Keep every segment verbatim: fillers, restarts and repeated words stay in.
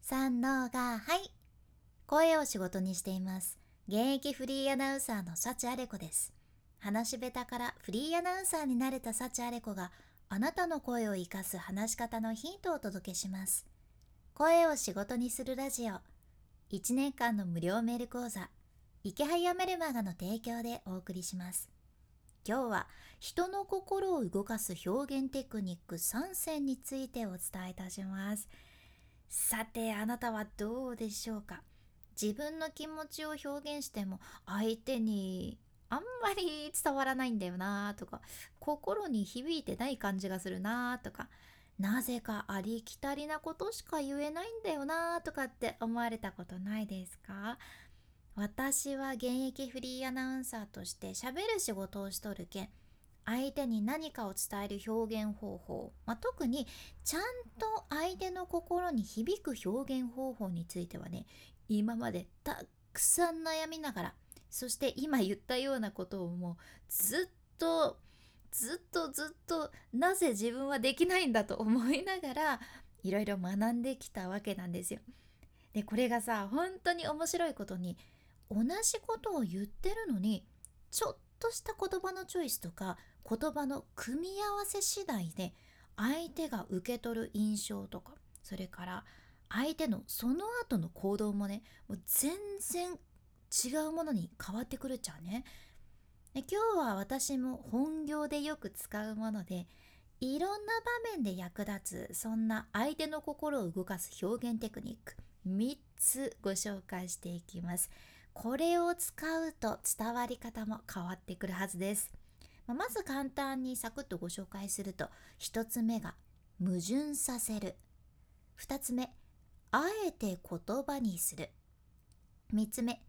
三のがはい。声を仕事にしています。現役フリーアナウンサーの幸あれ子です。話し下手からフリーアナウンサーになれた幸あれ子が、あなたの声を生かす話し方のヒントをお届けします。声を仕事にするラジオ。いちねんかんの無料メール講座、池早メルマガの提供でお送りします。今日は人の心を動かす表現テクニックさんせんについてお伝えいたします。さて、あなたはどうでしょうか。自分の気持ちを表現しても相手にあんまり伝わらないんだよなとか、心に響いてない感じがするなとか、なぜかありきたりなことしか言えないんだよなとかって思われたことないですか？私は現役フリーアナウンサーとして喋る仕事をしとるけん、相手に何かを伝える表現方法、まあ、特にちゃんと相手の心に響く表現方法についてはね、今までたくさん悩みながら、そして今言ったようなことをもうずっとずっとずっとなぜ自分はできないんだと思いながらいろいろ学んできたわけなんですよ。でこれがさ、本当に面白いことに、同じことを言ってるのにちょっとした言葉のチョイスとか言葉の組み合わせ次第で、相手が受け取る印象とか、それから相手のその後の行動もね、もう全然違うものに変わってくるっちゃうね。で今日は私も本業でよく使うもので、いろんな場面で役立つ、そんな相手の心を動かす表現テクニックみっつご紹介していきます。これを使うと伝わり方も変わってくるはずです。まあまず簡単にサクッとご紹介すると、ひとつめが矛盾させる、ふたつめあえて言葉にする、みっつめ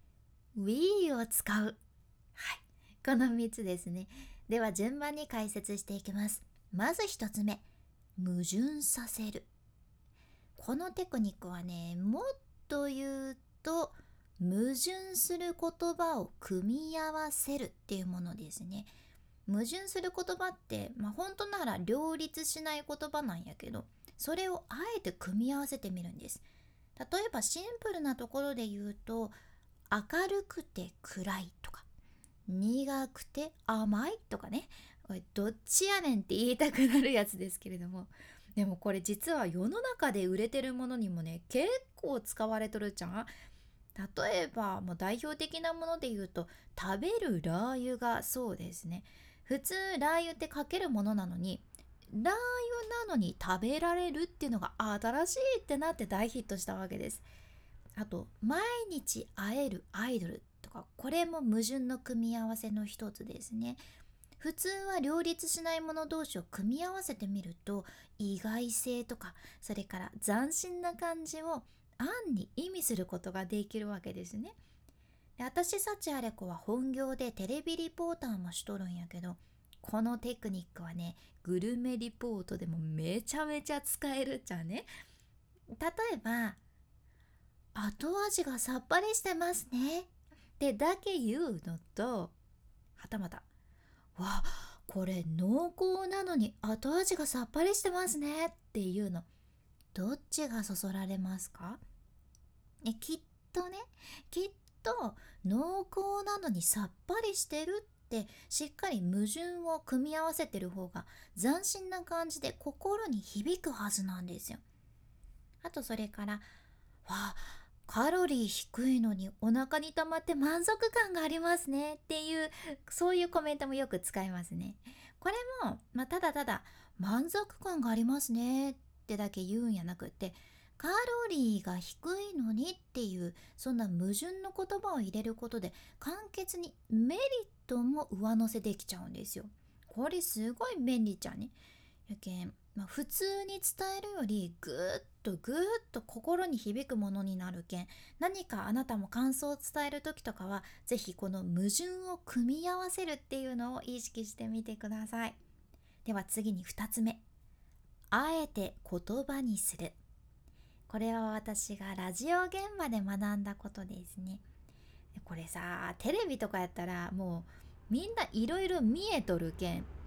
We を使う。はい、このみっつですね。では順番に解説していきます。まずひとつめ、矛盾させる。このテクニックはね、もっと言うと矛盾する言葉を組み合わせるっていうものですね。矛盾する言葉って、まあ、本当なら両立しない言葉なんやけど、それをあえて組み合わせてみるんです。例えばシンプルなところで言うと、明るくて暗いとか、苦くて甘いとかね、おいどっちやねんって言いたくなるやつですけれども、でもこれ実は世の中で売れてるものにもね、結構使われとるじゃん。例えばもう代表的なもので言うと、食べるラー油がそうですね。普通ラー油ってかけるものなのに、ラー油なのに食べられるっていうのが新しいってなって大ヒットしたわけです。あと毎日会えるアイドルとか、これも矛盾の組み合わせの一つですね。普通は両立しないもの同士を組み合わせてみると、意外性とか、それから斬新な感じを暗に意味することができるわけですね。で私幸あれ子は本業でテレビリポーターもしとるんやけど、このテクニックはね、グルメリポートでもめちゃめちゃ使えるっちゃね。例えば、後味がさっぱりしてますねってだけ言うのと、はたまた、わ、これ濃厚なのに後味がさっぱりしてますねっていうの、どっちがそそられますか？えきっとね、きっと濃厚なのにさっぱりしてるってしっかり矛盾を組み合わせてる方が斬新な感じで心に響くはずなんですよ。あとそれから、わあ、カロリー低いのにお腹に溜まって満足感がありますねっていう、そういうコメントもよく使いますね。これも、まあ、ただただ満足感がありますねってだけ言うんやなくって、カロリーが低いのにっていうそんな矛盾の言葉を入れることで、簡潔にメリットも上乗せできちゃうんですよ。これすごい便利じゃんね。やけん、まあ、普通に伝えるよりぐーっとぐーっと心に響くものになるけん、何かあなたも感想を伝える時とかはぜひこの矛盾を組み合わせるっていうのを意識してみてください。では次にふたつめ、あえて言葉にする。これは私がラジオ現場で学んだことですね。これさ、テレビとかやったらもうみんないろいろ見えとるけん、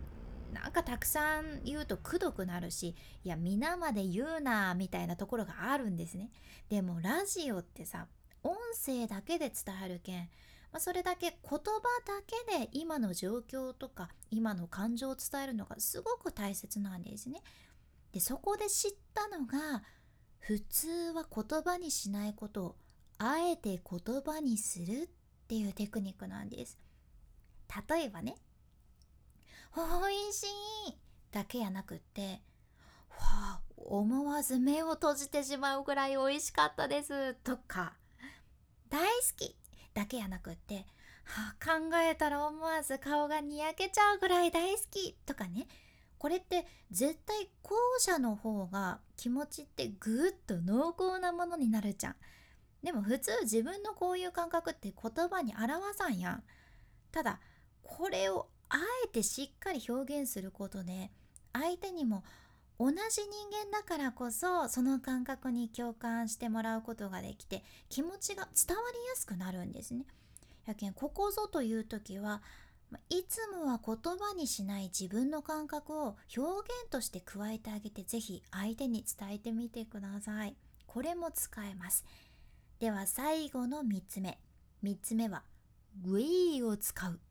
なんかたくさん言うとくどくなるし、いや皆まで言うなみたいなところがあるんですね。でもラジオってさ、音声だけで伝えるけん、まあ、それだけ言葉だけで今の状況とか今の感情を伝えるのがすごく大切なんですね。でそこで知ったのが、普通は言葉にしないことをあえて言葉にするっていうテクニックなんです。例えばね、おいしいだけやなくって、わあ、思わず目を閉じてしまうぐらい美味しかったですとか、大好きだけやなくって、はあ、考えたら思わず顔がにやけちゃうぐらい大好きとかね。これって絶対後者の方が気持ちってぐーっと濃厚なものになるじゃん。でも普通自分のこういう感覚って言葉に表さんやん。ただこれをあえてしっかり表現することで、相手にも同じ人間だからこそその感覚に共感してもらうことができて、気持ちが伝わりやすくなるんですね。やけんここぞという時は、いつもは言葉にしない自分の感覚を表現として加えてあげて、ぜひ相手に伝えてみてください。これも使えます。では最後のみっつめ。みっつめは We を使う。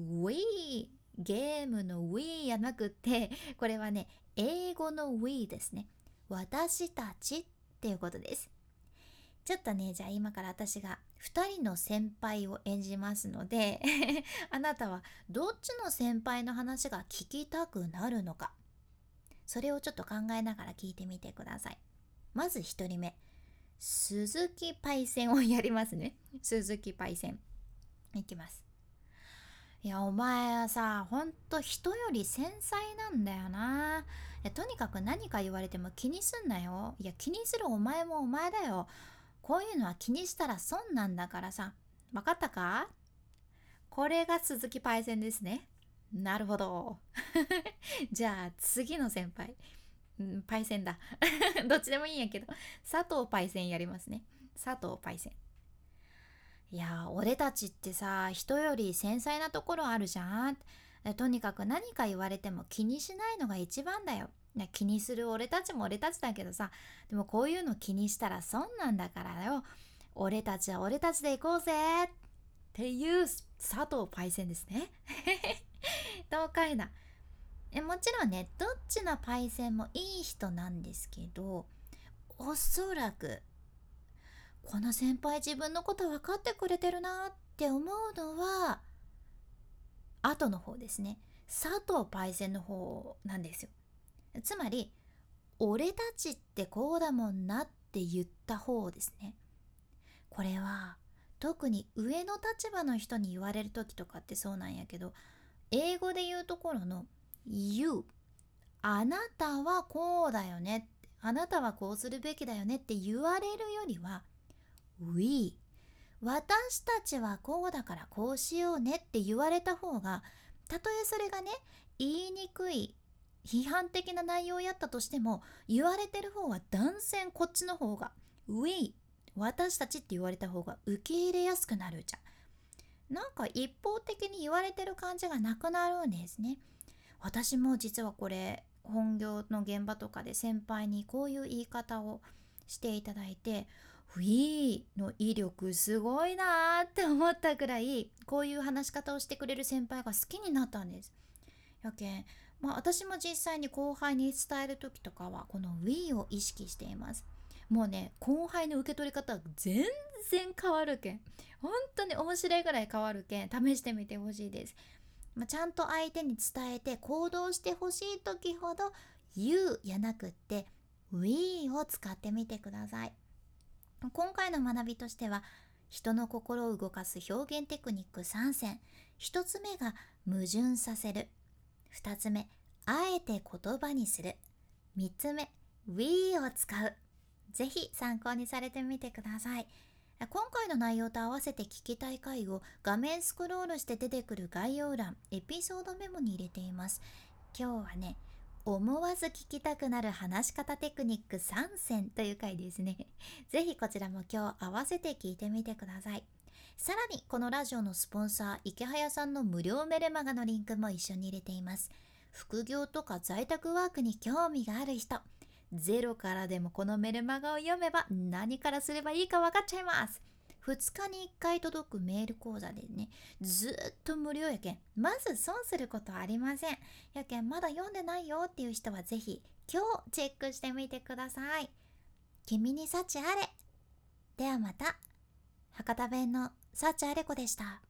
We、 ゲームの We やなくって、これはね、英語の We ですね。私たちっていうことです。ちょっとね、じゃあ今から私がふたりの先輩を演じますのであなたはどっちの先輩の話が聞きたくなるのか、それをちょっと考えながら聞いてみてください。まずひとりめ、鈴木パイセンをやりますね。鈴木パイセンいきます。いやお前はさ、ほんと人より繊細なんだよな。いやとにかく何か言われても気にすんなよ。いや気にするお前もお前だよ。こういうのは気にしたら損なんだからさ。わかったか？これが鈴木パイセンですね。なるほど。じゃあ次の先輩。うん、パイセンだ。どっちでもいいんやけど。佐藤パイセンやりますね。佐藤パイセン。いや、俺たちってさ、人より繊細なところあるじゃん。とにかく何か言われても気にしないのが一番だよ。気にする俺たちも俺たちだけどさ、でもこういうの気にしたら損なんだからよ。俺たちは俺たちで行こうぜっていう佐藤パイセンですね。どうかいな。えもちろんね、どっちのパイセンもいい人なんですけど、おそらくこの先輩自分のこと分かってくれてるなって思うのは後の方ですね。佐藤パイセンの方なんですよ。つまり俺たちってこうだもんなって言った方ですね。これは特に上の立場の人に言われる時とかってそうなんやけど、英語で言うところの You、 あなたはこうだよね、あなたはこうするべきだよねって言われるよりは We、 私たちはこうだからこうしようねって言われた方が、たとえそれがね、言いにくい批判的な内容やったとしても、言われてる方は断然こっちの方が We、 私たちって言われた方が受け入れやすくなるじゃん。なんか一方的に言われてる感じがなくなるんですね。私も実はこれ本業の現場とかで先輩にこういう言い方をしていただいて、ウィーの威力すごいなーって思ったくらい、こういう話し方をしてくれる先輩が好きになったんです。やけん、まあ、私も実際に後輩に伝える時とかはこの We を意識しています。もうね、後輩の受け取り方は全然変わるけん、本当に面白いぐらい変わるけん試してみてほしいです。まあ、ちゃんと相手に伝えて行動してほしい時ほど You やなくって We を使ってみてください。今回の学びとしては、人の心を動かす表現テクニックさん選。ひとつめが矛盾させる。ふたつめ、あえて言葉にする。みっつめ、We を使う。ぜひ参考にされてみてください。今回の内容と合わせて聞きたい回を画面スクロールして出てくる概要欄、エピソードメモに入れています。今日はね、思わず聞きたくなる話し方テクニックさん選という回ですね。ぜひこちらも今日合わせて聞いてみてください。さらにこのラジオのスポンサー池早さんの無料メルマガのリンクも一緒に入れています。 副業とか在宅ワークに興味がある人、ゼロからでもこのメルマガを読めば何からすればいいか分かっちゃいます。ふつかにいっかい届くメール講座でね、ずっと無料やけん、まず損することはありません。やけんまだ読んでないよっていう人はぜひ今日チェックしてみてください。君に幸あれ。ではまた。博多弁の幸あれ子でした。